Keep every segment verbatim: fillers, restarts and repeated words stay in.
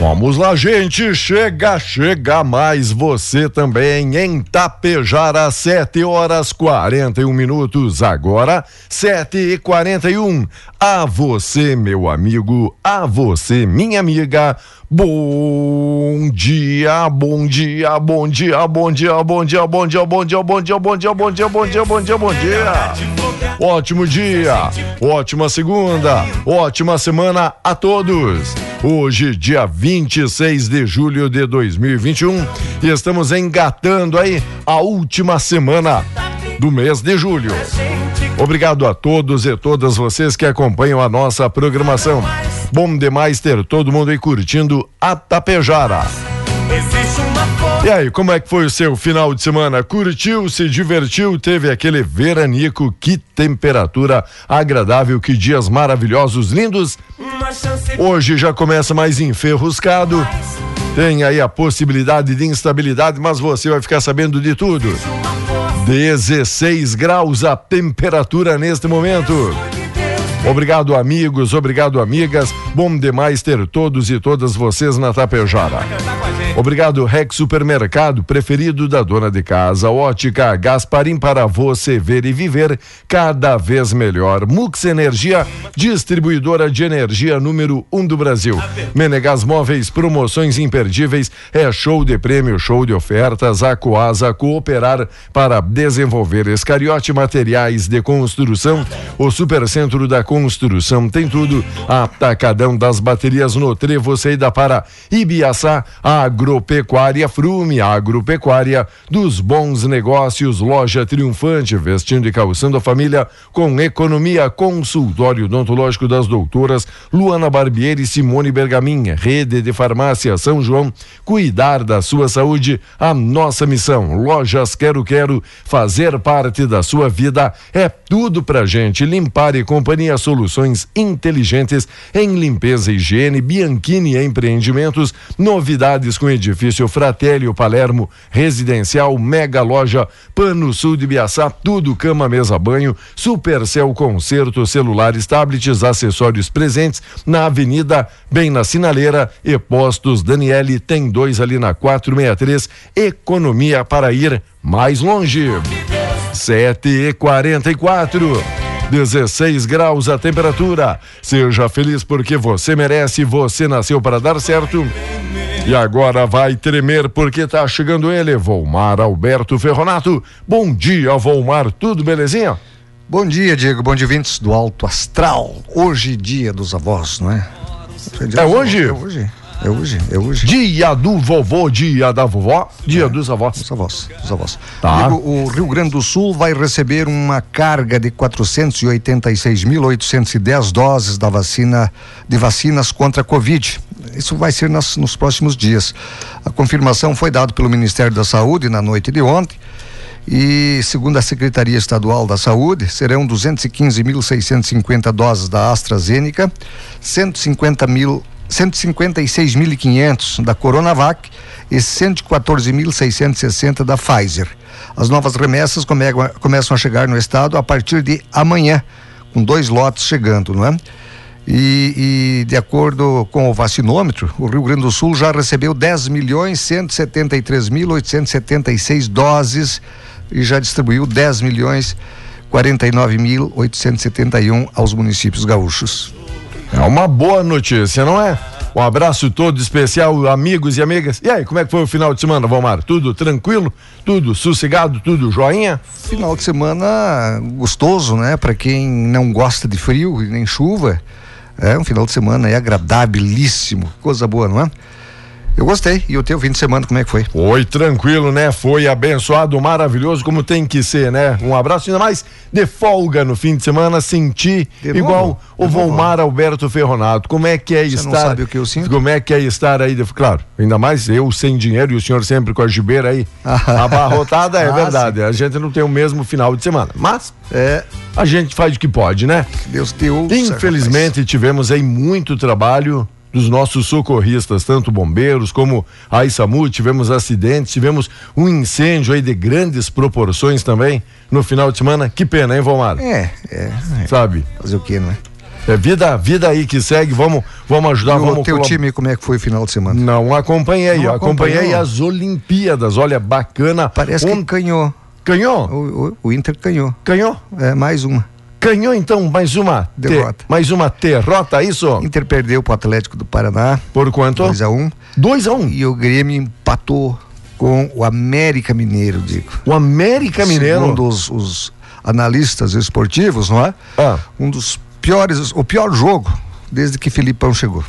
Vamos lá, gente, chega, chega mais você também em Tapejara, sete horas quarenta e um minutos, agora sete e quarenta e um. A você, meu amigo, a você, minha amiga, bom dia, bom dia, bom dia, bom dia, bom dia, bom dia, bom dia, bom dia, bom dia, bom dia, bom dia, bom dia, bom dia. Ótimo dia, ótima segunda, ótima semana a todos. Hoje, dia vinte e seis de julho de dois mil e vinte e um, e estamos engatando aí a última semana do mês de julho. Obrigado a todos e todas vocês que acompanham a nossa programação. Bom demais ter todo mundo aí curtindo a Tapejara. E aí, como é que foi o seu final de semana? Curtiu, se divertiu, teve aquele veranico? Que temperatura agradável, que dias maravilhosos, lindos. Hoje já começa mais enferruscado, tem aí a possibilidade de instabilidade, mas você vai ficar sabendo de tudo. dezesseis graus a temperatura neste momento. Obrigado, amigos, obrigado, amigas. Bom demais ter todos e todas vocês na Tapejara. Obrigado, Rex Supermercado, preferido da dona de casa. Ótica Gasparim, para você ver e viver cada vez melhor. Mux Energia, distribuidora de energia número um do Brasil. Menegas Móveis, promoções imperdíveis, é show de prêmio, show de ofertas. A Coasa, cooperar para desenvolver. Escariote Materiais de Construção, o Supercentro da Construção tem tudo. Atacadão das baterias no Trevo, saída para Ibiaçá. Agropecuária Frume, agropecuária dos bons negócios. Loja Triunfante, vestindo e calçando a família com economia. Consultório odontológico das doutoras Luana Barbieri e Simone Bergamin. Rede de farmácia São João, cuidar da sua saúde, a nossa missão. Lojas Quero Quero, fazer parte da sua vida é tudo pra gente. Limpar e Companhia, soluções inteligentes em limpeza e higiene. Bianchini Empreendimentos, novidades com edifício Fratelli Palermo, residencial, mega loja Pano Sul de Biaçá, tudo cama, mesa, banho. Supercel Concerto, celulares, tablets, acessórios presentes na avenida, bem na sinaleira. E Postos Daniele, tem dois ali na quatrocentos e sessenta e três, economia para ir mais longe. sete e quarenta e quatro. dezesseis graus a temperatura. Seja feliz porque você merece, você nasceu para dar certo. E agora vai tremer porque tá chegando ele, Volmar Alberto Ferronato. Bom dia, Volmar, tudo belezinha? Bom dia, Diego, bom dia, vintes do Alto Astral. Hoje, dia dos avós, não é? É, é hoje? É hoje. É hoje, é hoje. Dia do vovô, dia da vovó, dia é, dos avós. Dos avós, dos avós. Tá. Digo, o Rio Grande do Sul vai receber uma carga de quatrocentos e oitenta e seis mil oitocentos e dez doses da vacina, de vacinas contra a Covid. Isso vai ser nas, nos próximos dias. A confirmação foi dada pelo Ministério da Saúde na noite de ontem. E, segundo a Secretaria Estadual da Saúde, serão duzentos e quinze mil seiscentos e cinquenta doses da AstraZeneca, cento e cinquenta mil cento e cinquenta e seis mil e quinhentos da Coronavac e cento e quatorze mil seiscentos e sessenta da Pfizer. As novas remessas come, começam a chegar no estado a partir de amanhã, com dois lotes chegando, não é? E, e de acordo com o vacinômetro, o Rio Grande do Sul já recebeu dez milhões cento e setenta e três mil oitocentos e setenta e seis doses e já distribuiu dez milhões quarenta e nove mil oitocentos e setenta e um aos municípios gaúchos. É uma boa notícia, não é? Um abraço todo especial, amigos e amigas. E aí, como é que foi o final de semana, Valmar? Tudo tranquilo? Tudo sossegado? Tudo joinha? Final de semana gostoso, né? Para quem não gosta de frio e nem chuva, é um final de semana é agradabilíssimo, coisa boa, não é? Eu gostei. E o teu fim de semana, como é que foi? Foi tranquilo, né? Foi abençoado, maravilhoso, como tem que ser, né? Um abraço, ainda mais de folga no fim de semana, sentir de igual novo? o de Volmar novo. Alberto Ferronato. Como é que é Você estar... Você não sabe o que eu sinto? Como é que é estar aí? De... Claro, ainda mais eu sem dinheiro e o senhor sempre com a gibeira aí abarrotada, é ah, verdade. Sim. A gente não tem o mesmo final de semana, mas é, a gente faz o que pode, né? Deus te ouça. Infelizmente, rapaz. Tivemos aí muito trabalho dos nossos socorristas, tanto bombeiros como a SAMU. Tivemos acidentes, tivemos um incêndio aí de grandes proporções também no final de semana. Que pena, hein, Valmar? É, é. Sabe? Fazer o quê, não é? É vida, vida aí que segue, vamos, vamos ajudar. E o vamos teu colab... time, como é que foi o final de semana? Não acompanhei, Não acompanhei acompanhou. as Olimpíadas, olha, bacana. Parece um... que ganhou. Ganhou? O, o, o Inter ganhou. Ganhou? É, mais uma. Ganhou então mais uma derrota. Te... Mais uma derrota, isso? Inter perdeu pro Atlético do Paraná. Por quanto? dois a um. dois a um. E o Grêmio empatou com o América Mineiro, digo. O América Mineiro? Segundo os, os analistas esportivos, não é? Ah. Um dos piores, o pior jogo desde que Filipão chegou.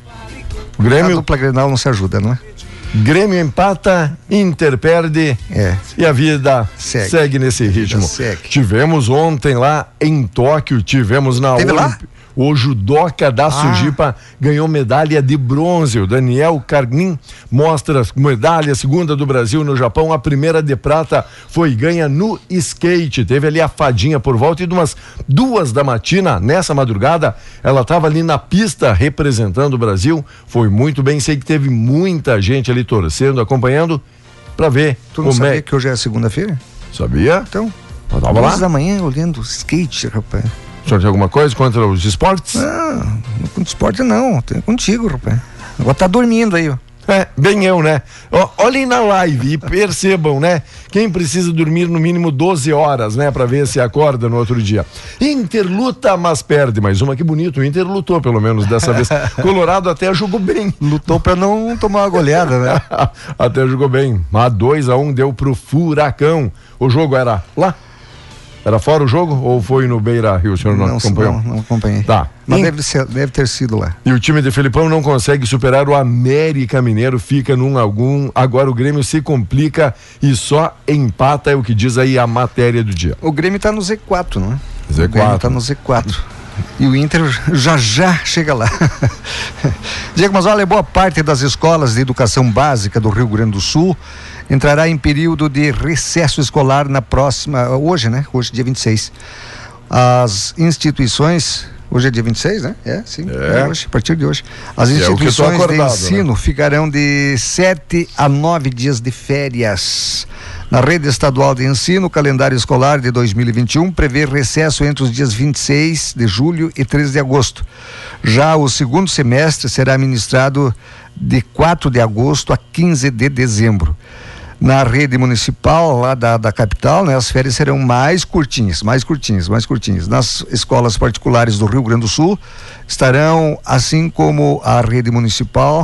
O Grêmio... A dupla Grenal não se ajuda, não é? Grêmio empata, Inter perde é. e a vida segue, segue nesse ritmo. Segue. Tivemos ontem lá em Tóquio, tivemos na Teve Olimp... lá? O judoca da ah. Sujipa ganhou medalha de bronze. O Daniel Carmin mostra medalha, segunda do Brasil no Japão. A primeira de prata foi ganha no skate. Teve ali a fadinha por volta e de umas duas da matina, nessa madrugada, ela estava ali na pista representando o Brasil. Foi muito bem. Sei que teve muita gente ali torcendo, acompanhando para ver. Tu não sabia é... que hoje é segunda-feira? Sabia? Então, eu tava lá da manhã olhando skate, rapaz. O senhor tem alguma coisa contra os esportes? Não, não contra esporte não, tem contigo, rapaz. Agora tá dormindo aí, ó. É, bem eu, né? Ó, olhem na live e percebam, né? Quem precisa dormir no mínimo doze horas, né? Pra ver se acorda no outro dia. Inter luta, mas perde. Mais uma, que bonito. O Inter lutou, pelo menos, dessa vez. Colorado até jogou bem. Lutou pra não tomar uma goleada, né? Até jogou bem. Mas dois a um deu pro Furacão. O jogo era lá? Era fora o jogo ou foi no Beira Rio? O senhor não, não acompanhou? Não, não acompanhei. Tá. Mas deve, ser, deve ter sido lá. E o time de Felipão não consegue superar o América Mineiro, fica num algum. Agora o Grêmio se complica e só empata, é o que diz aí a matéria do dia. O Grêmio tá no Z quatro, não é? Z quatro. O Grêmio tá no Z quatro. E o Inter já já chega lá. Diego, mas olha, boa parte das escolas de educação básica do Rio Grande do Sul entrará em período de recesso escolar na próxima, hoje, né? Hoje, dia vinte e seis. As instituições, hoje é dia vinte e seis, né? É, sim, é. É hoje, a partir de hoje. As instituições é acordado, de ensino, né, ficarão de sete a nove dias de férias. Na rede estadual de ensino, o calendário escolar de dois mil e vinte e um prevê recesso entre os dias vinte e seis de julho e treze de agosto. Já o segundo semestre será ministrado de quatro de agosto a quinze de dezembro. Na rede municipal lá da, da capital, né, as férias serão mais curtinhas, mais curtinhas, mais curtinhas. Nas escolas particulares do Rio Grande do Sul estarão, assim como a rede municipal,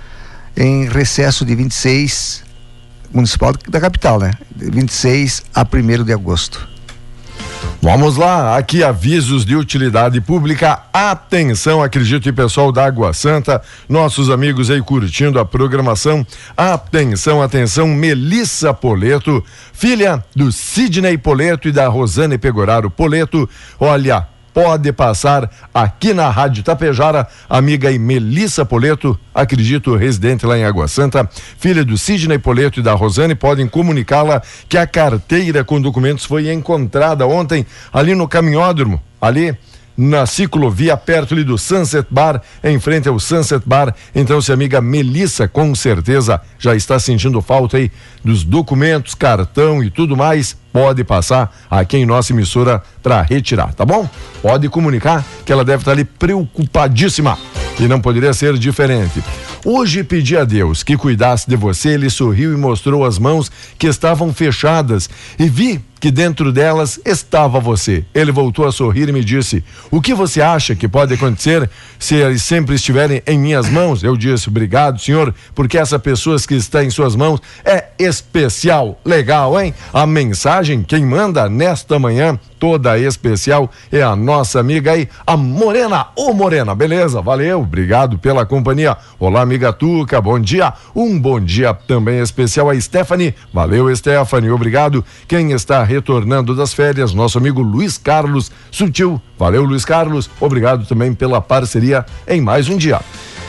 em recesso de vinte e seis, municipal da capital, né? De vinte e seis a primeiro de agosto. Vamos lá, aqui avisos de utilidade pública, atenção, acredite pessoal da Água Santa, nossos amigos aí curtindo a programação, atenção, atenção, Melissa Poleto, filha do Sidney Poleto e da Rosane Pegoraro Poleto, olha, pode passar aqui na Rádio Tapejara, amiga e Melissa Poleto, acredito, residente lá em Água Santa, filha do Sidney Poleto e da Rosane, podem comunicá-la que a carteira com documentos foi encontrada ontem ali no caminhódromo, ali na ciclovia, perto ali do Sunset Bar, em frente ao Sunset Bar. Então, se a amiga Melissa com certeza já está sentindo falta aí dos documentos, cartão e tudo mais, pode passar aqui em nossa emissora para retirar, tá bom? Pode comunicar que ela deve estar ali preocupadíssima e não poderia ser diferente. Hoje pedi a Deus que cuidasse de você, ele sorriu e mostrou as mãos que estavam fechadas e vi que dentro delas estava você. Ele voltou a sorrir e me disse: o que você acha que pode acontecer se eles sempre estiverem em minhas mãos? Eu disse: obrigado, senhor, porque essa pessoa que está em suas mãos é especial. Legal, hein? A mensagem, quem manda nesta manhã toda especial é a nossa amiga aí, a Morena. Ô Morena, beleza? Valeu, obrigado pela companhia. Olá, amiga Tuca, bom dia. Um bom dia também especial a Stephanie. Valeu, Stephanie, obrigado. Quem está retornando das férias, nosso amigo Luiz Carlos Sutil. Valeu, Luiz Carlos, obrigado também pela parceria em mais um dia.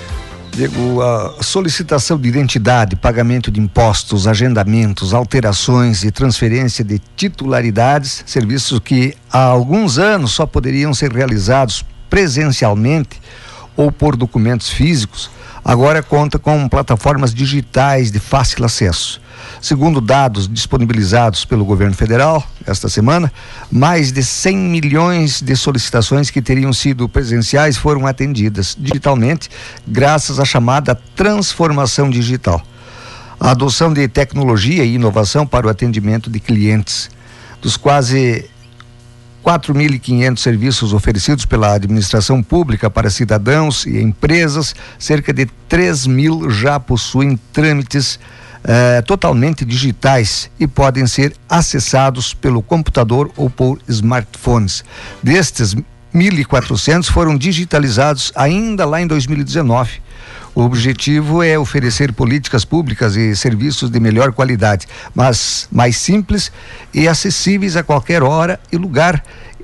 Diego, a solicitação de identidade, pagamento de impostos, agendamentos, alterações e transferência de titularidades, serviços que há alguns anos só poderiam ser realizados presencialmente ou por documentos físicos, agora conta com plataformas digitais de fácil acesso. Segundo dados disponibilizados pelo governo federal esta semana, mais de cem milhões de solicitações que teriam sido presenciais foram atendidas digitalmente, graças à chamada transformação digital. A adoção de tecnologia e inovação para o atendimento de clientes. Dos quase quatro mil e quinhentos serviços oferecidos pela administração pública para cidadãos e empresas, cerca de três mil já possuem trâmites eh, totalmente digitais e podem ser acessados pelo computador ou por smartphones. Destes, mil e quatrocentos foram digitalizados ainda lá em dois mil e dezenove. O objetivo é oferecer políticas públicas e serviços de melhor qualidade, mas mais simples e acessíveis a qualquer hora e lugar,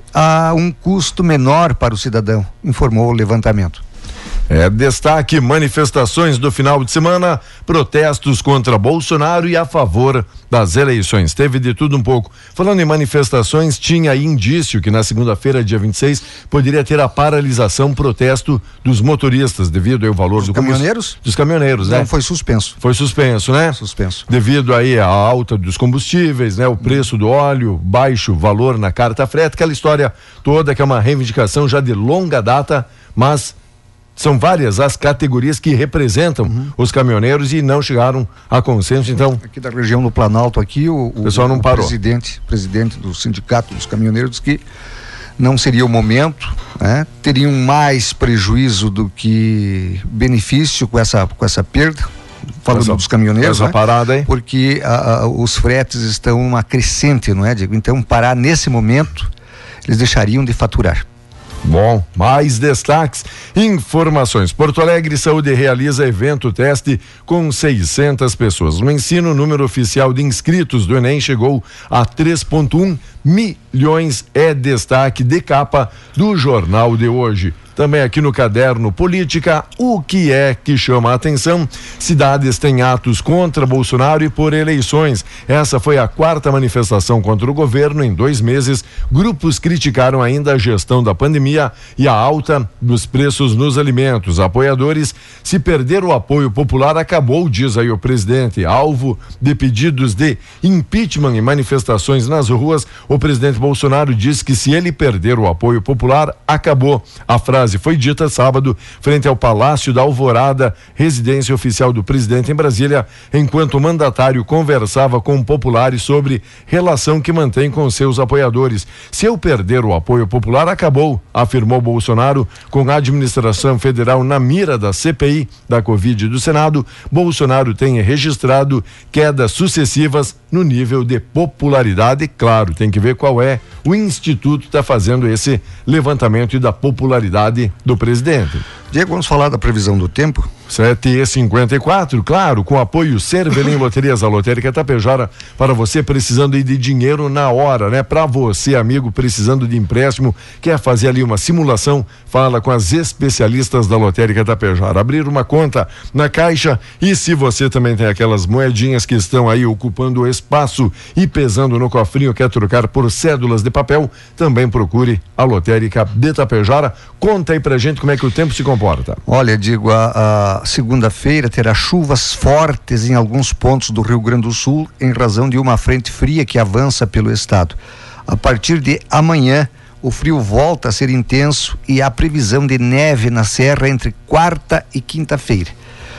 a um custo menor para o cidadão, informou o levantamento. É, destaque: manifestações do final de semana, protestos contra Bolsonaro e a favor das eleições. Teve de tudo um pouco. Falando em manifestações, tinha aí indício que na segunda-feira, dia vinte e seis, poderia ter a paralisação, protesto dos motoristas devido ao valor dos do caminhoneiros? Dos caminhoneiros, né? Não, foi suspenso. Foi suspenso, né? Suspenso. Devido aí à alta dos combustíveis, né? O preço do óleo, baixo valor na carta frete, aquela história toda que é uma reivindicação já de longa data, mas são várias as categorias que representam uhum. os caminhoneiros e não chegaram a consenso. Então, aqui da região do Planalto, aqui o, o pessoal não o parou. presidente, presidente do sindicato dos caminhoneiros disse que não seria o momento, né? Teriam mais prejuízo do que benefício com essa, com essa perda, falando essa, dos caminhoneiros, essa né? parada aí. Porque a, a, os fretes estão uma crescente, não é, Diego? Então, parar nesse momento, eles deixariam de faturar. Bom, mais destaques, informações. Porto Alegre Saúde realiza evento teste com seiscentas pessoas. No ensino, o número oficial de inscritos do Enem chegou a três vírgula um milhões. É destaque de capa do jornal de hoje. Também aqui no caderno Política, o que é que chama a atenção? Cidades têm atos contra Bolsonaro e por eleições. Essa foi a quarta manifestação contra o governo em dois meses. Grupos criticaram ainda a gestão da pandemia e a alta dos preços nos alimentos. Apoiadores: se perder o apoio popular, acabou, diz aí o presidente. Alvo de pedidos de impeachment e manifestações nas ruas, o presidente Bolsonaro diz que se ele perder o apoio popular, acabou. A frase foi dita sábado frente ao Palácio da Alvorada, residência oficial do presidente em Brasília, enquanto o mandatário conversava com populares sobre relação que mantém com seus apoiadores. Se eu perder o apoio popular, acabou, afirmou Bolsonaro. Com a administração federal na mira da C P I da Covid do Senado, Bolsonaro tem registrado quedas sucessivas no nível de popularidade. Claro, tem que ver qual é o instituto que está fazendo esse levantamento e da popularidade do presidente. Diego, vamos falar da previsão do tempo? sete e cinquenta e quatro, claro, com apoio Cervelim Loterias, a lotérica Tapejara, para você precisando de dinheiro na hora, né? Para você, amigo, precisando de empréstimo, quer fazer ali uma simulação, fala com as especialistas da lotérica Tapejara. Abrir uma conta na Caixa, e se você também tem aquelas moedinhas que estão aí ocupando o espaço e pesando no cofrinho, quer trocar por cédulas de papel, também procure a lotérica de Tapejara. Conta aí pra gente como é que o tempo se comporta. Olha, digo, a, a segunda-feira terá chuvas fortes em alguns pontos do Rio Grande do Sul em razão de uma frente fria que avança pelo estado. A partir de amanhã, o frio volta a ser intenso e há previsão de neve na serra entre quarta e quinta-feira.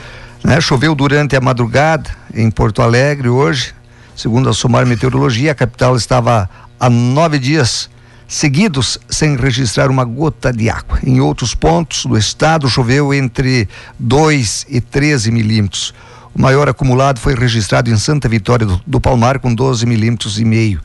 Né? Choveu durante a madrugada em Porto Alegre hoje. Segundo a SOMAR Meteorologia, a capital estava há nove dias seguidos sem registrar uma gota de água. Em outros pontos do estado choveu entre dois e treze milímetros. O maior acumulado foi registrado em Santa Vitória do, do Palmar com doze milímetros e meio.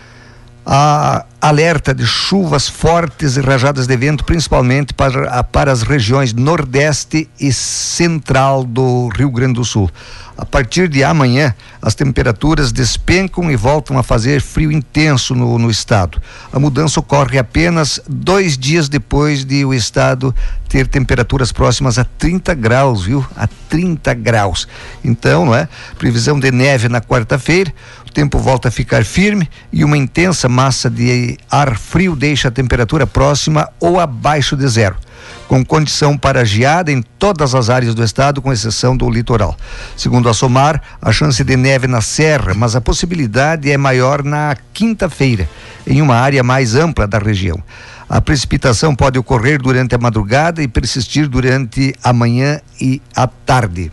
A alerta de chuvas fortes e rajadas de vento, principalmente para, para as regiões nordeste e central do Rio Grande do Sul. A partir de amanhã, as temperaturas despencam e voltam a fazer frio intenso no, no estado. A mudança ocorre apenas dois dias depois de o estado ter temperaturas próximas a trinta graus, viu? A trinta graus. Então, não é? Previsão de neve na quarta-feira, o tempo volta a ficar firme e uma intensa massa de ar frio deixa a temperatura próxima ou abaixo de zero. com condição para geada em todas as áreas do estado, com exceção do litoral. Segundo a SOMAR, a chance de neve na serra, mas a possibilidade é maior na quinta-feira, em uma área mais ampla da região. A precipitação pode ocorrer durante a madrugada e persistir durante a manhã e a tarde.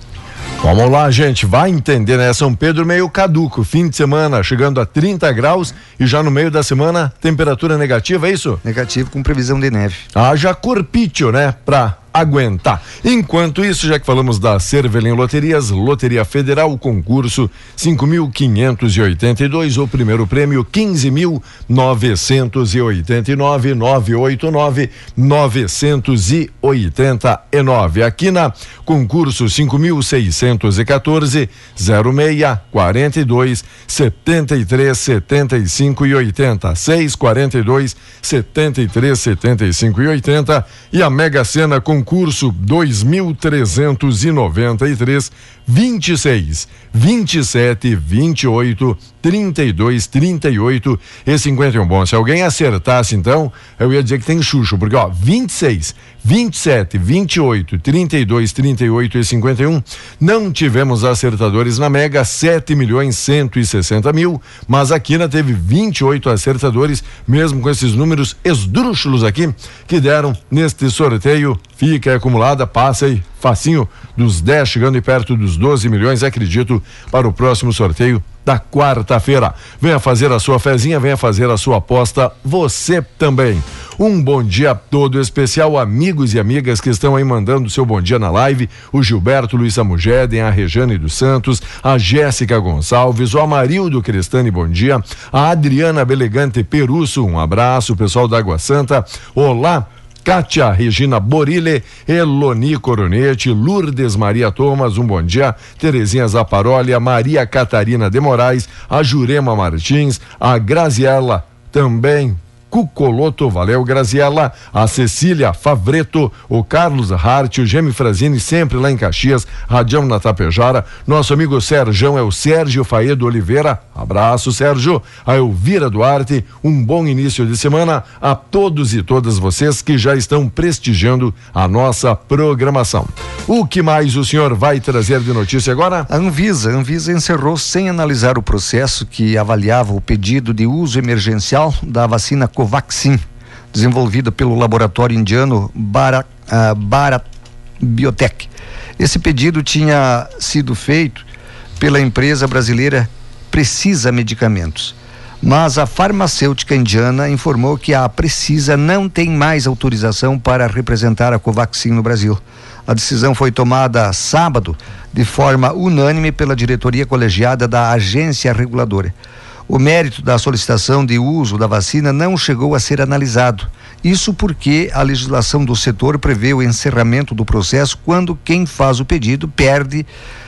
Vamos lá, gente, vai entender, né? São Pedro meio caduco, fim de semana chegando a trinta graus e já no meio da semana temperatura negativa, é isso? Negativo, com previsão de neve. Haja corpício, né? Pra aguentar. Enquanto isso, já que falamos da Cervelim Loterias, Loteria Federal, o concurso cinco mil quinhentos e oitenta e dois, o primeiro prêmio quinze mil novecentos e oitenta e nove, nove oito nove, novecentos e oitenta e nove. Aqui na concurso cinco mil seiscentos e quatorze, zero seis, quarenta e dois, setenta e três, setenta e cinco e oitenta, seis, quarenta e dois, setenta e três, setenta e cinco e oitenta e a Mega Sena com concurso dois mil trezentos e noventa e três, vinte e seis, vinte e sete, vinte e oito, trinta e dois, trinta e oito e cinquenta e um. Bom, se alguém acertasse então, eu ia dizer que tem chucho, porque ó, vinte e seis, vinte e sete, vinte e oito, trinta e dois, trinta e oito e cinquenta e um, não tivemos acertadores na Mega, sete milhões cento e sessenta mil, mas a Quina teve vinte e oito acertadores, mesmo com esses números esdrúxulos aqui, que deram neste sorteio. Fica acumulada, passa aí, facinho, dos dez, chegando e perto dos doze milhões, acredito, para o próximo sorteio da quarta-feira. Venha fazer a sua fezinha, venha fazer a sua aposta, você também. Um bom dia todo especial, amigos e amigas que estão aí mandando seu bom dia na live, o Gilberto Luiz Samugeden, a Rejane dos Santos, a Jéssica Gonçalves, o Amarildo Cristani, bom dia, a Adriana Belegante Perusso, um abraço, pessoal da Água Santa, olá, Kátia Regina Borile, Eloni Coronete, Lourdes Maria Thomas, um bom dia, Terezinha Zaparoli, a Maria Catarina de Moraes, a Jurema Martins, a Graziela também, Cucoloto, valeu Graziela, a Cecília Favreto, o Carlos Hart, o Gemi Frazini, sempre lá em Caxias, Radião na Tapejara, nosso amigo Sérgio é o Sérgio Faedo Oliveira, abraço Sérgio, a Elvira Duarte, um bom início de semana a todos e todas vocês que já estão prestigiando a nossa programação. O que mais o senhor vai trazer de notícia agora? A Anvisa, a Anvisa encerrou sem analisar o processo que avaliava o pedido de uso emergencial da vacina Covaxin, desenvolvida pelo laboratório indiano Bharat, uh, Bharat Biotech. Esse pedido tinha sido feito pela empresa brasileira Precisa Medicamentos, mas a farmacêutica indiana informou que a Precisa não tem mais autorização para representar a Covaxin no Brasil. A decisão foi tomada sábado de forma unânime pela diretoria colegiada da agência reguladora. O mérito da solicitação de uso da vacina não chegou a ser analisado. Isso porque a legislação do setor prevê o encerramento do processo quando quem faz o pedido perde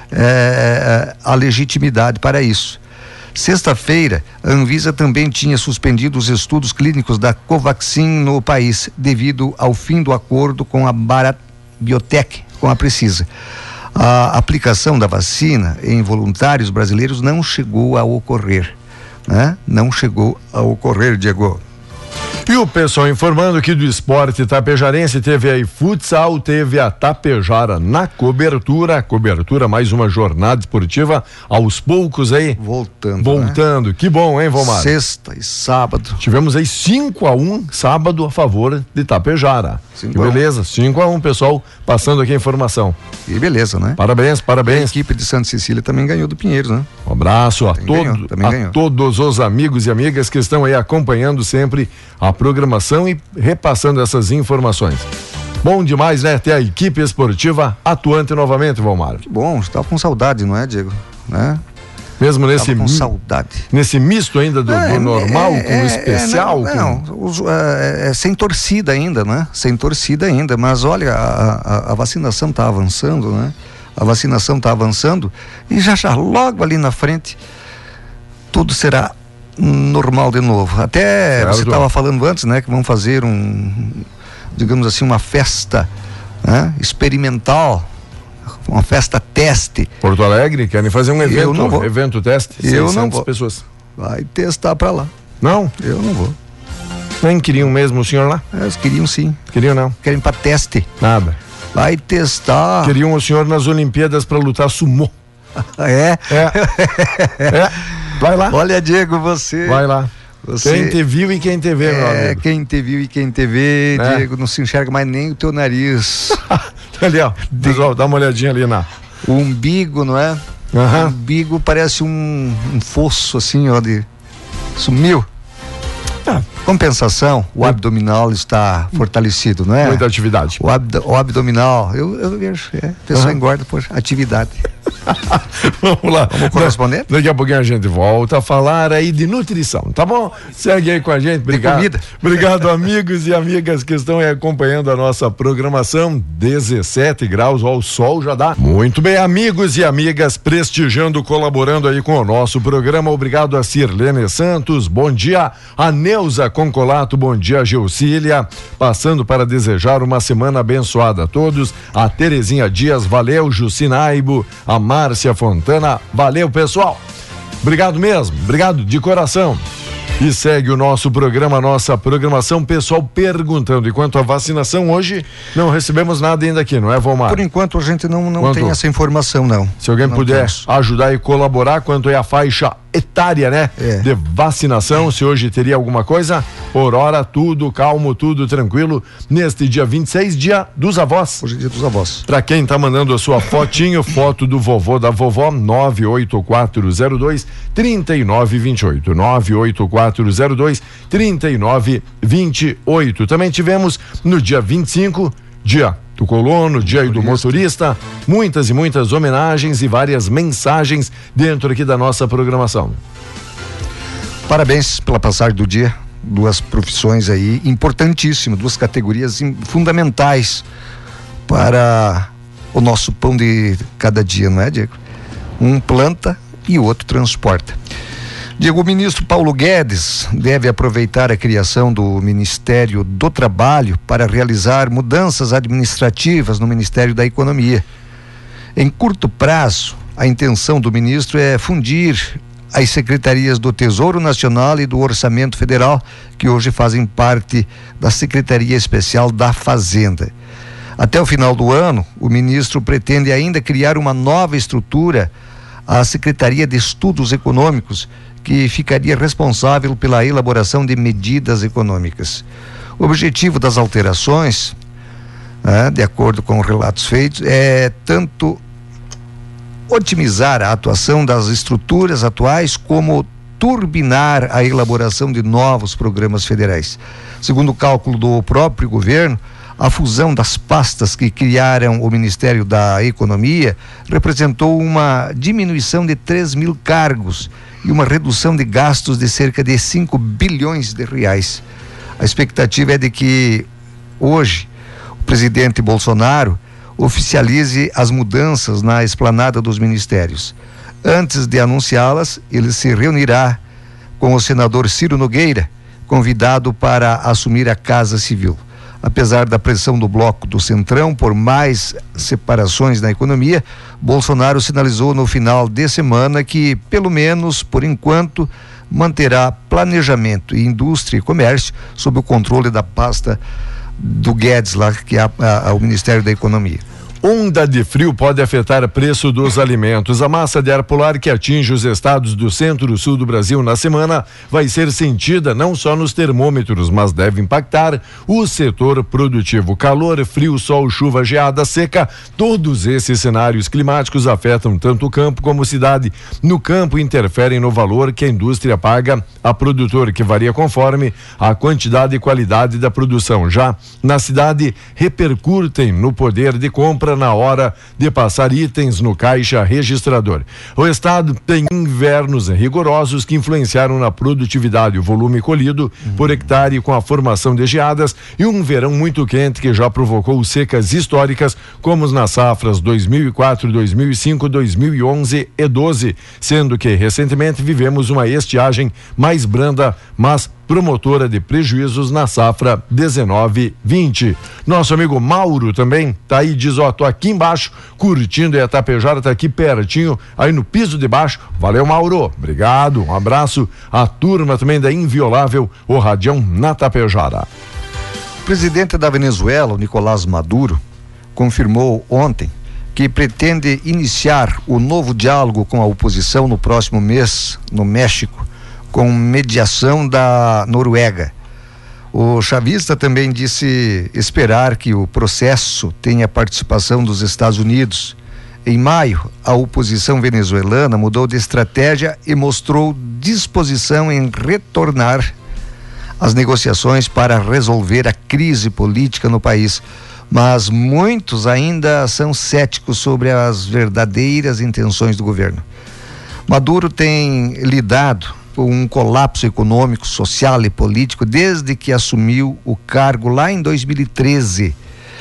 eh, a legitimidade para isso. Sexta-feira, a Anvisa também tinha suspendido os estudos clínicos da Covaxin no país, devido ao fim do acordo com a Bharat Biotech, com a Precisa. A aplicação da vacina em voluntários brasileiros não chegou a ocorrer. Né? Não chegou a ocorrer, Diego. E o pessoal informando que do esporte tapejarense teve aí futsal, teve a Tapejara na cobertura, cobertura, mais uma jornada esportiva, aos poucos aí. Voltando. Voltando, né? Que bom, hein, Vomar? Sexta e sábado. Tivemos aí cinco a um sábado a favor de Tapejara. Que beleza, cinco a um, pessoal, passando aqui a informação. E beleza, né? Parabéns, parabéns. A equipe de Santa Cecília também ganhou do Pinheiros, né? Um abraço a, todo, a todos os amigos e amigas que estão aí acompanhando sempre a programação e repassando essas informações. Bom demais, né? Ter a equipe esportiva atuante novamente, Valmar. Que bom, estava com saudade, não é, Diego? Né? Mesmo nesse com saudade. Nesse misto ainda do, é, do normal é, com o especial? É, não, com... não os, é, é, sem torcida ainda, né? Sem torcida ainda, mas olha, a, a, a vacinação está avançando, né? A vacinação está avançando e já já logo ali na frente tudo será normal de novo. Até certo. Você estava falando antes, né? Que vão fazer um, digamos assim, uma festa, né, experimental, uma festa teste. Porto Alegre, querem fazer um evento, não vou. evento teste, eu não vou. pessoas. Vai testar para lá. Não? Eu não vou. Nem queriam mesmo o senhor lá? Eles queriam sim. Queriam não? Querem para teste. Nada. Vai testar. Queriam o senhor nas Olimpíadas para lutar sumô. É? É. É. Vai lá. Olha, Diego, você... Vai lá. Você... Quem te viu e quem te vê, é, meu amigo. Quem te viu e quem te vê, é. Diego, não se enxerga mais nem o teu nariz. Ali, ó. Pessoal, dá uma olhadinha ali na... O umbigo, não é? Uhum. O umbigo parece um, um fosso assim, ó, de... Sumiu. Ah, compensação, o abdominal está fortalecido, não é? Muita atividade. O, abdo, o abdominal, eu, eu vejo, é, a pessoa uhum. engorda por atividade. Vamos lá. Vamos corresponder? Daqui a pouquinho a gente volta a falar aí de nutrição, tá bom? Segue aí com a gente, obrigado. De comida. Obrigado, amigos e amigas que estão aí acompanhando a nossa programação. dezessete graus, ó, o sol já dá. Muito bem, amigos e amigas, prestigiando, colaborando aí com o nosso programa. Obrigado a Sirlene Santos, bom dia. A Neuza Concolato, bom dia. Geucília, passando para desejar uma semana abençoada a todos. A Terezinha Dias, valeu. Jucinaibo, a Márcia Fontana, valeu, pessoal. Obrigado mesmo, obrigado de coração. E segue o nosso programa, nossa programação, pessoal perguntando. E quanto à vacinação, hoje não recebemos nada ainda aqui, não é, Valmar? Por enquanto a gente não, não tem essa informação, não. Se alguém não puder temos. ajudar e colaborar quanto é a faixa etária, né? É. De vacinação, se hoje teria alguma coisa, por hora tudo calmo, tudo tranquilo, neste dia vinte e seis, dia dos avós. Hoje é dia dos avós. Pra quem tá mandando a sua fotinho, foto do vovô, da vovó, nove oito quatro zero dois, três nove dois oito, nove oito quatro zero dois, três nove dois oito. Também tivemos no dia vinte e cinco, dia do colono, dia do motorista, muitas e muitas homenagens e várias mensagens dentro aqui da nossa programação. Parabéns pela passagem do dia, duas profissões aí importantíssimas, duas categorias fundamentais para o nosso pão de cada dia, não é, Diego? Um planta e o outro transporta. Diego, o ministro Paulo Guedes deve aproveitar a criação do Ministério do Trabalho para realizar mudanças administrativas no Ministério da Economia. Em curto prazo, a intenção do ministro é fundir as secretarias do Tesouro Nacional e do Orçamento Federal, que hoje fazem parte da Secretaria Especial da Fazenda. Até o final do ano, o ministro pretende ainda criar uma nova estrutura, a Secretaria de Estudos Econômicos, que ficaria responsável pela elaboração de medidas econômicas. O objetivo das alterações, né, de acordo com relatos feitos, é tanto otimizar a atuação das estruturas atuais como turbinar a elaboração de novos programas federais. Segundo o cálculo do próprio governo, a fusão das pastas que criaram o Ministério da Economia representou uma diminuição de três mil cargos e uma redução de gastos de cerca de cinco bilhões de reais. A expectativa é de que hoje o presidente Bolsonaro oficialize as mudanças na esplanada dos ministérios. Antes de anunciá-las, ele se reunirá com o senador Ciro Nogueira, convidado para assumir a Casa Civil. Apesar da pressão do bloco do Centrão por mais separações na economia, Bolsonaro sinalizou no final de semana que, pelo menos por enquanto, manterá planejamento e indústria e comércio sob o controle da pasta do Guedes, lá, que é a, a, a, o Ministério da Economia. Onda de frio pode afetar o preço dos alimentos. A massa de ar polar que atinge os estados do centro e sul do Brasil na semana vai ser sentida não só nos termômetros, mas deve impactar o setor produtivo. Calor, frio, sol, chuva, geada, seca, todos esses cenários climáticos afetam tanto o campo como a cidade. No campo, interferem no valor que a indústria paga a produtor, que varia conforme a quantidade e qualidade da produção. Já na cidade, repercutem no poder de compra na hora de passar itens no caixa registrador. O estado tem invernos rigorosos que influenciaram na produtividade, o volume colhido uhum. por hectare com a formação de geadas, e um verão muito quente que já provocou secas históricas, como nas safras dois mil e quatro, dois mil e cinco, dois mil e onze e doze, sendo que recentemente vivemos uma estiagem mais branda, mas promotora de prejuízos na safra dezenove vinte. Nosso amigo Mauro também tá aí, diz, ó, tô aqui embaixo curtindo e a Tapejara tá aqui pertinho, aí no piso de baixo. Valeu, Mauro, obrigado, um abraço à turma também da Inviolável, o Radião na Tapejara. O presidente da Venezuela, o Nicolás Maduro, confirmou ontem que pretende iniciar o novo diálogo com a oposição no próximo mês no México, com mediação da Noruega. O chavista também disse esperar que o processo tenha participação dos Estados Unidos. Em maio, a oposição venezuelana mudou de estratégia e mostrou disposição em retornar às negociações para resolver a crise política no país. Mas muitos ainda são céticos sobre as verdadeiras intenções do governo. Maduro tem lidado com um colapso econômico, social e político desde que assumiu o cargo lá em dois mil e treze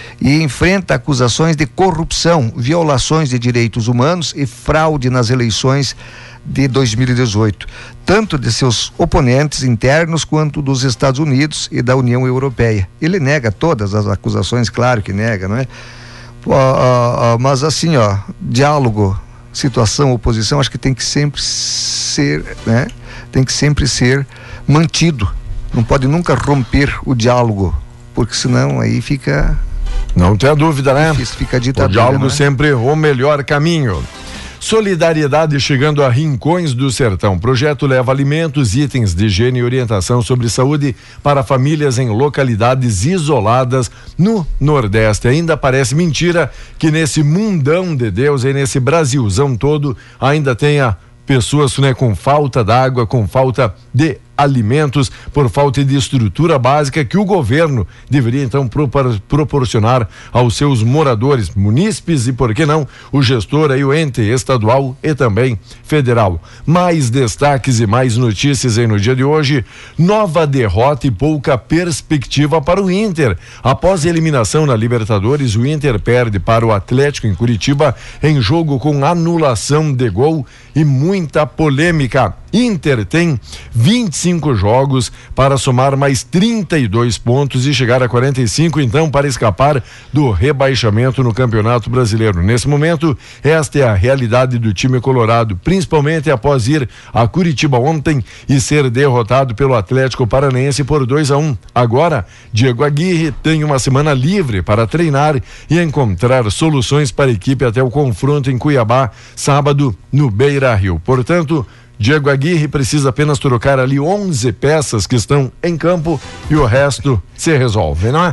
e enfrenta acusações de corrupção, violações de direitos humanos e fraude nas eleições de dois mil e dezoito, tanto de seus oponentes internos quanto dos Estados Unidos e da União Europeia. Ele nega todas as acusações, claro que nega, não é? Uh, uh, uh, mas assim, ó, diálogo, situação, oposição, acho que tem que sempre ser, né? Tem que sempre ser mantido. Não pode nunca romper o diálogo, porque senão aí fica... Não tenha dúvida, né? Difícil, fica ditadura, o diálogo né? sempre o melhor caminho. Solidariedade chegando a Rincões do Sertão. O projeto leva alimentos, itens de higiene e orientação sobre saúde para famílias em localidades isoladas no Nordeste. Ainda parece mentira que nesse mundão de Deus e nesse Brasilzão todo ainda tenha pessoas, né, com falta d'água, com falta de alimentos, por falta de estrutura básica que o governo deveria então propor, proporcionar aos seus moradores, munícipes e, por que não, o gestor aí, o ente estadual e também federal. Mais destaques e mais notícias aí no dia de hoje. Nova derrota e pouca perspectiva para o Inter. Após a eliminação na Libertadores, o Inter perde para o Atlético em Curitiba em jogo com anulação de gol e muita polêmica. Inter tem vinte e cinco jogos para somar mais trinta e dois pontos e chegar a quarenta e cinco, então, para escapar do rebaixamento no Campeonato Brasileiro. Nesse momento, esta é a realidade do time colorado, principalmente após ir a Curitiba ontem e ser derrotado pelo Atlético Paranaense por dois a um. Agora, Diego Aguirre tem uma semana livre para treinar e encontrar soluções para a equipe até o confronto em Cuiabá, sábado, no Beira-Rio. Portanto, Diego Aguirre precisa apenas trocar ali onze peças que estão em campo e o resto se resolve, não é?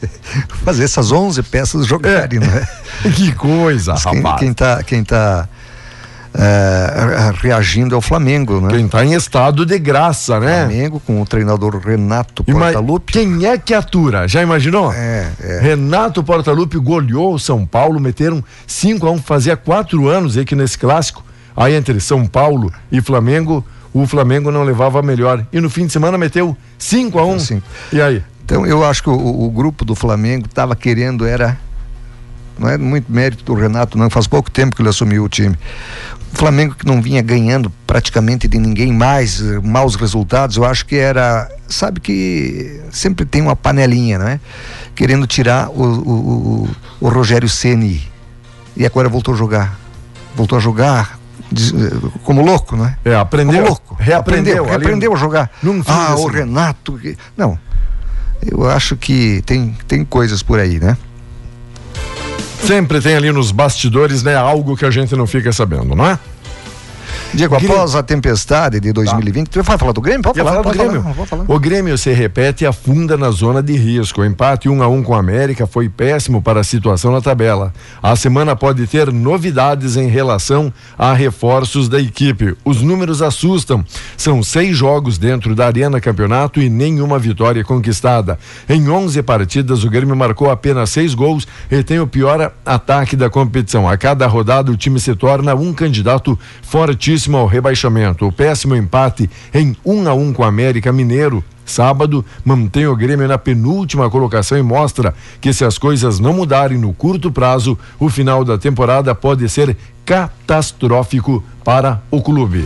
Fazer essas onze peças jogarem, é. Não é? Que coisa, Mas rapaz. Quem, quem tá, quem tá é, reagindo é o Flamengo, né? Quem tá em estado de graça, né? Flamengo com o treinador Renato Portaluppi. Quem é que atura? Já imaginou? É, é. Renato Portaluppi goleou o São Paulo, meteram cinco a um, fazia quatro anos aí que nesse clássico, aí entre São Paulo e Flamengo, o Flamengo não levava a melhor. E no fim de semana meteu cinco a um. E aí? Então eu acho que o, o grupo do Flamengo estava querendo, era, não é muito mérito do Renato, não, faz pouco tempo que ele assumiu o time. O Flamengo que não vinha ganhando praticamente de ninguém mais, maus resultados, eu acho que era, sabe que sempre tem uma panelinha, né? Querendo tirar o, o, o, o Rogério Ceni. E agora voltou a jogar. Voltou a jogar como louco, né? É, aprendeu. Como louco. Reaprendeu. Aprendeu, reaprendeu a jogar. Ah, o Renato. Não. Eu acho que tem, tem coisas por aí, né? Sempre tem ali nos bastidores, né? Algo que a gente não fica sabendo, não é? Diego, após a tempestade de dois mil e vinte, tá. Tu vai falar do Grêmio? Pode falar, falar do pode Grêmio. Falar, falar. O Grêmio se repete e afunda na zona de risco. O empate um a um com a América foi péssimo para a situação na tabela. A semana pode ter novidades em relação a reforços da equipe. Os números assustam. São seis jogos dentro da Arena Campeonato e nenhuma vitória conquistada. Em onze partidas, o Grêmio marcou apenas seis gols e tem o pior ataque da competição. A cada rodada, o time se torna um candidato fortíssimo ao rebaixamento. O péssimo empate em um a um com o América Mineiro sábado mantém o Grêmio na penúltima colocação e mostra que, se as coisas não mudarem no curto prazo, o final da temporada pode ser catastrófico para o clube.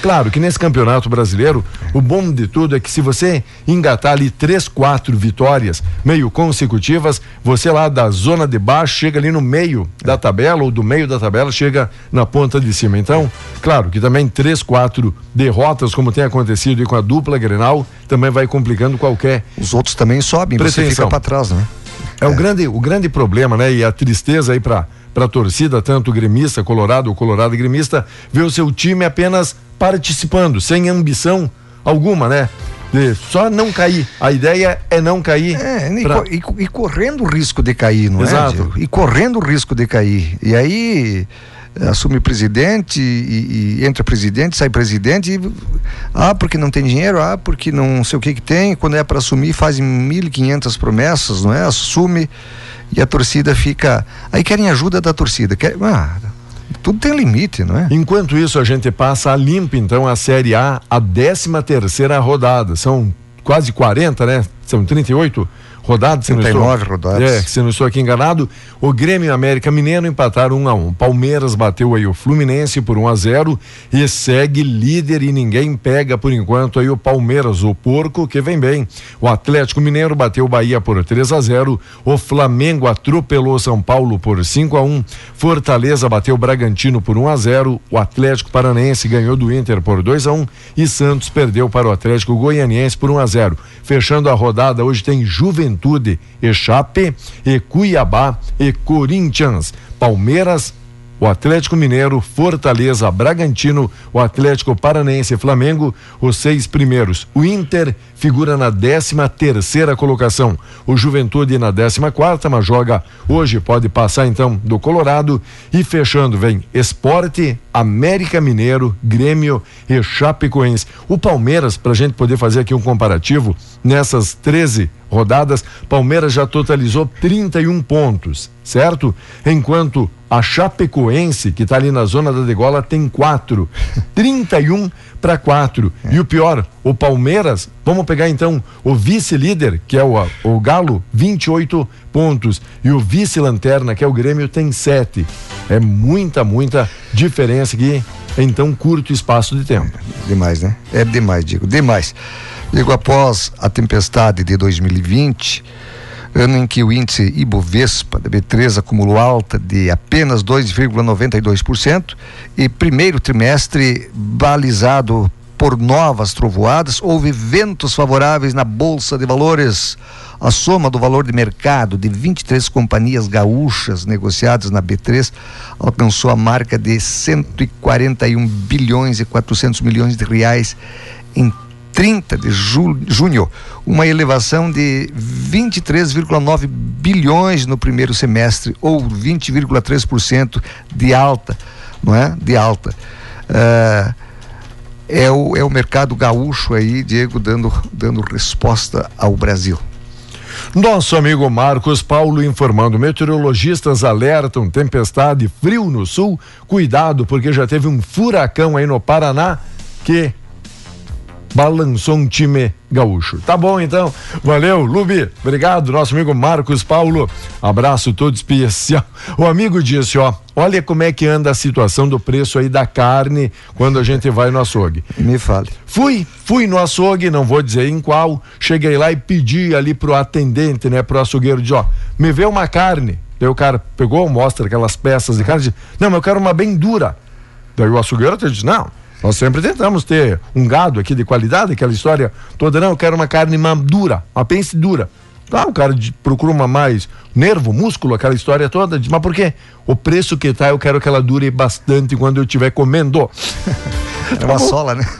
Claro que nesse campeonato brasileiro, o bom de tudo é que se você engatar ali três, quatro vitórias meio consecutivas, você lá da zona de baixo chega ali no meio da tabela, ou do meio da tabela chega na ponta de cima. Então, claro que também três, quatro derrotas, como tem acontecido aí com a dupla Grenal, também vai complicando qualquer. Os outros também sobem, pretensão. Você fica para trás, né? É, é o grande, o grande problema, né? E a tristeza aí para para a torcida, tanto gremista, colorado ou colorado e gremista, ver o seu time apenas participando, sem ambição alguma, né? De só não cair. A ideia é não cair. É, e, pra... e, e correndo o risco de cair, não Exato. é? Exato. E correndo o risco de cair. E aí assume presidente e, e entra presidente, sai presidente e, ah, porque não tem dinheiro, ah, porque não sei o que que tem, quando é para assumir faz mil e quinhentas promessas, não é? Assume e a torcida fica, aí querem ajuda da torcida, quer, ah, tudo tem limite, não é? Enquanto isso a gente passa a limpo então a Série A, a décima terceira rodada, são quase quarenta, né? São trinta e oito rodadas, se não estou, rodadas. É, se não estou aqui enganado. O Grêmio e América Mineiro empataram um a um. Palmeiras bateu aí o Fluminense por um a zero e segue líder e ninguém pega por enquanto aí o Palmeiras, o porco que vem bem. O Atlético Mineiro bateu o Bahia por três a zero. O Flamengo atropelou São Paulo por cinco a um. Fortaleza bateu o Bragantino por um a zero. O Atlético Paranaense ganhou do Inter por dois a um e Santos perdeu para o Atlético Goianiense por um a zero. Fechando a rodada, hoje tem Juventude Juventude e Chape e Cuiabá e Corinthians, Palmeiras, o Atlético Mineiro, Fortaleza, Bragantino, o Atlético Paranaense e Flamengo, os seis primeiros. O Inter figura na décima terceira colocação. O Juventude na décima quarta, mas joga hoje, pode passar então do Colorado. E fechando vem Sport, América Mineiro, Grêmio e Chapecoense. O Palmeiras, pra gente poder fazer aqui um comparativo, nessas treze rodadas, Palmeiras já totalizou trinta e um pontos, certo? Enquanto a Chapecoense, que está ali na zona da degola, tem quatro. trinta e um para quatro. É. E o pior, o Palmeiras, vamos pegar então o vice-líder, que é o, o Galo, vinte e oito pontos. E o vice-lanterna, que é o Grêmio, tem sete. É muita, muita diferença aqui em tão curto espaço de tempo. É demais, né? É demais, Diego, demais. Diego, após a tempestade de dois mil e vinte, ano em que o índice Ibovespa da B três acumulou alta de apenas dois vírgula noventa e dois por cento e primeiro trimestre balizado por novas trovoadas, houve ventos favoráveis na Bolsa de Valores. A soma do valor de mercado de vinte e três companhias gaúchas negociadas na B três alcançou a marca de cento e quarenta e um bilhões e quatrocentos milhões de reais em trinta de junho, uma elevação de vinte e três vírgula nove bilhões no primeiro semestre, ou vinte vírgula três por cento de alta, não é? De alta. Uh, é, o, é o mercado gaúcho aí, Diego, dando, dando resposta ao Brasil. Nosso amigo Marcos Paulo informando, meteorologistas alertam tempestade, frio no sul, cuidado porque já teve um furacão aí no Paraná que balançou um time gaúcho. Tá bom então, valeu, Lubi, obrigado, nosso amigo Marcos Paulo, abraço todo especial. O amigo disse, ó, olha como é que anda a situação do preço aí da carne quando a gente vai no açougue. Me fale. Fui, fui no açougue, não vou dizer em qual, cheguei lá e pedi ali pro atendente, né, pro açougueiro, de ó, me vê uma carne. Daí o cara pegou, mostra aquelas peças de carne, diz, não, mas eu quero uma bem dura. Daí o açougueiro até disse, não, nós sempre tentamos ter um gado aqui de qualidade, aquela história toda, não, eu quero uma carne dura, uma pence dura. Ah, o cara procura uma mais nervo, músculo, aquela história toda, diz, mas por quê? O preço que tá, eu quero que ela dure bastante quando eu estiver comendo. É uma sola, né?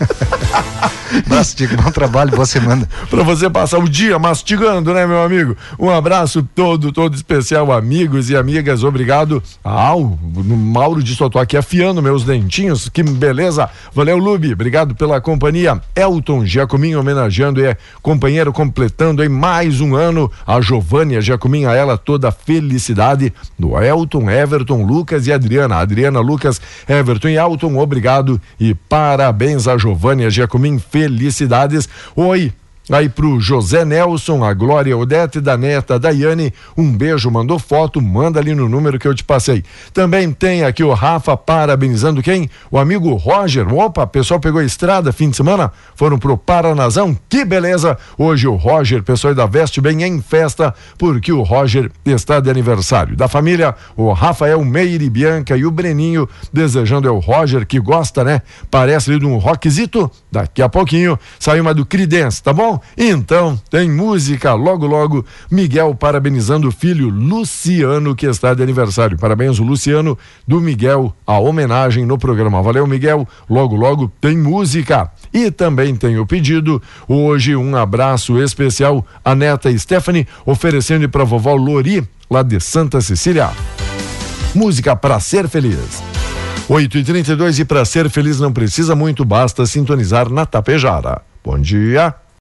Mastiga, bom trabalho, boa semana. Pra você passar o dia mastigando, né, meu amigo? Um abraço todo, todo especial, amigos e amigas, obrigado. Ah, o Mauro disse, eu tô aqui afiando meus dentinhos, que beleza. Valeu, Lubi, obrigado pela companhia. Elton Giacomin homenageando e é companheiro completando aí mais um ano. A Giovânia Giacomin, a ela toda a felicidade do Elton, Everton, Lucas e Adriana. Adriana, Lucas, Everton e Elton, obrigado e parabéns a Giovânia Giacomin, felicidades. Oi, aí pro José Nelson, a Glória Odete da neta Daiane, um beijo, mandou foto, manda ali no número que eu te passei. Também tem aqui o Rafa parabenizando quem? O amigo Roger. Opa, pessoal pegou a estrada fim de semana, foram pro Paranazão, que beleza. Hoje o Roger, pessoal da Veste Bem em festa, porque o Roger está de aniversário. Da família, o Rafael, Meire, Bianca e o Breninho, desejando é o Roger, que gosta, né? Parece ali de um rockzito. Daqui a pouquinho sai uma do Creedence, tá bom? Então, tem música, logo logo, Miguel parabenizando o filho Luciano, que está de aniversário. Parabéns, o Luciano, do Miguel, a homenagem no programa. Valeu, Miguel. Logo logo tem música. E também tem o pedido, hoje um abraço especial à neta Stephanie, oferecendo para vovó Lori, lá de Santa Cecília. Música para ser feliz. oito e trinta e dois e para ser feliz não precisa muito, basta sintonizar na Tapejara. Bom dia.